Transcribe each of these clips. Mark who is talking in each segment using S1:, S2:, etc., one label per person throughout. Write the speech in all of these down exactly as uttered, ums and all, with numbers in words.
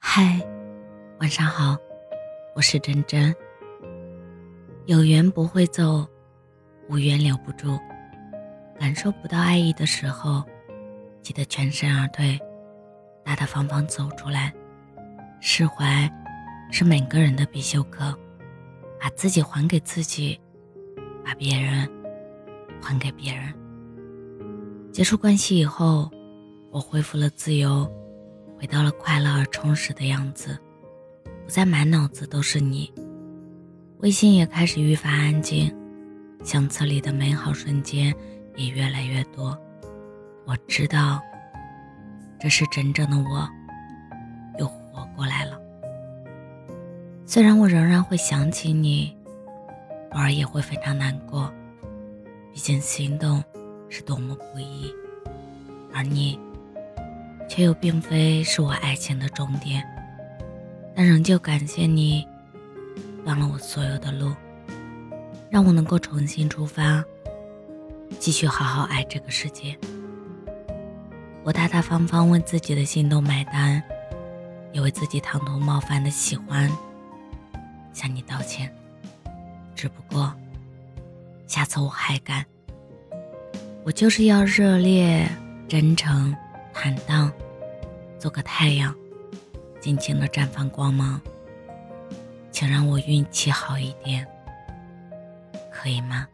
S1: 嗨，晚上好，我是真真。有缘不会走，无缘留不住。感受不到爱意的时候，记得全身而退，大大方方走出来。释怀是每个人的必修课，把自己还给自己，把别人还给别人。结束关系以后，我恢复了自由，回到了快乐而充实的样子，不再满脑子都是你。微信也开始愈发安静，相册里的美好瞬间也越来越多。我知道，这是真正的我又活过来了。虽然我仍然会想起你，偶尔也会非常难过，毕竟心动是多么不易，而你却又并非是我爱情的终点。但仍旧感谢你断了我所有的路，让我能够重新出发，继续好好爱这个世界。我大大方方为自己的心动买单，也为自己唐突冒犯的喜欢向你道歉。只不过下次我还敢，我就是要热烈真诚坦荡，做个太阳，尽情的绽放光芒。请让我运气好一点，可以吗？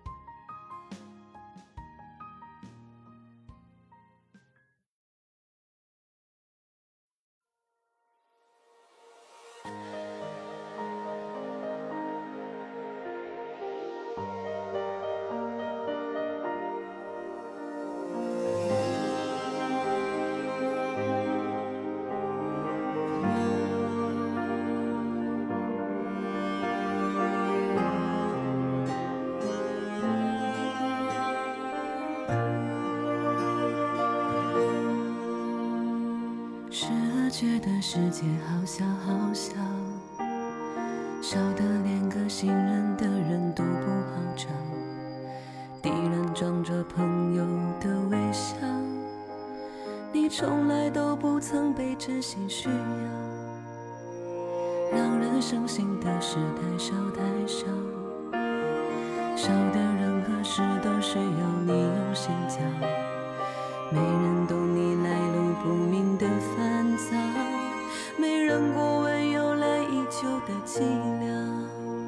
S2: 时而觉得世界好小好小，小得连个信任的人都不好找，敌人装着朋友的微笑，你从来都不曾被真心需要，让人伤心的事太少太少，少的人和事都需要你用心教，没人懂你来路不明的烦躁，没人过问由来已久的寂寥。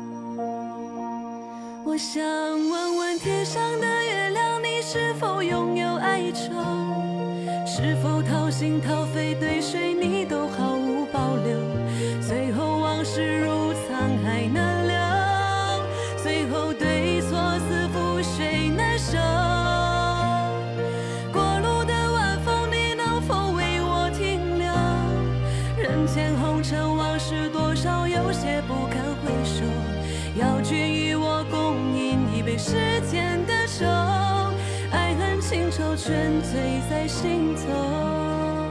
S2: 我想问问天上的月亮，你是否拥有哀愁？是否掏心掏肺对谁你都毫无保留？最后往事如沧海难留，最后对错似负谁难收？人间红尘往事多少，有些不堪回首，要君与我共饮一杯世间的愁，爱恨情仇全醉在心头。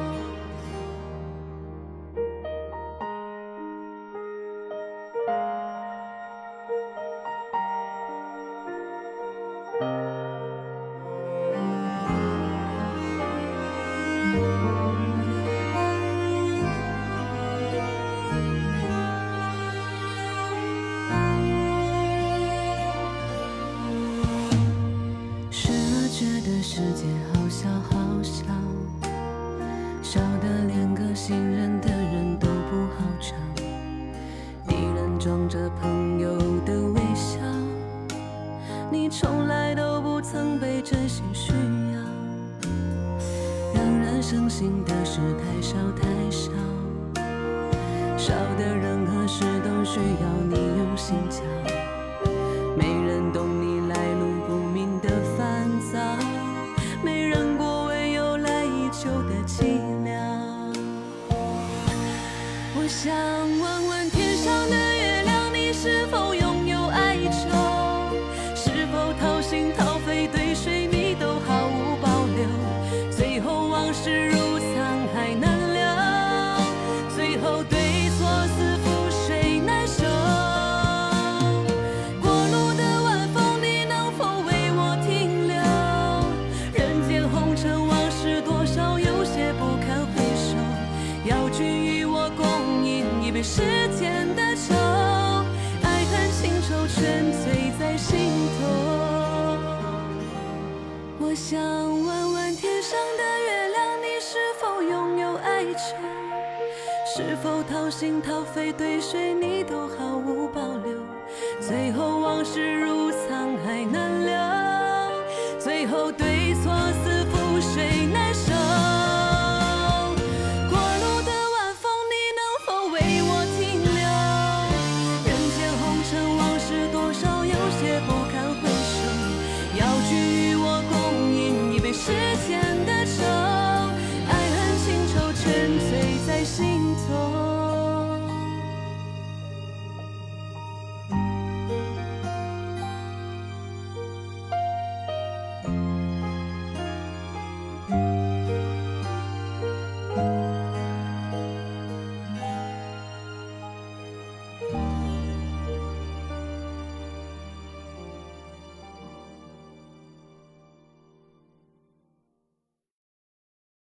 S2: 觉得世界好小好小，小得连个信任的人都不好找，敌人装着朋友的微笑，你从来都不曾被真心需要，让人伤心的事太少太少，少的人和事都需要你用心教，没人懂你来路不明的烦躁，没人过问由来已久的寂寥。我想问问天上的月亮，你是否拥有哀愁？是否掏心掏肺对谁你都毫无保留？最后往事如沧海难留，最后对错似负谁难收？多少有些不堪回首，要君与我共饮被时间的愁，爱恨情仇全醉在心头。我想问问天上的月亮，你是否拥有哀愁？是否掏心掏肺对谁你都毫无保留？最后往事如沧海难留，最后对错似覆水难收。过路的晚风，你能否为我停留？人间红尘往事多少，有些不堪回首。要去与我共饮一杯时间的愁，爱恨情仇全醉在心头。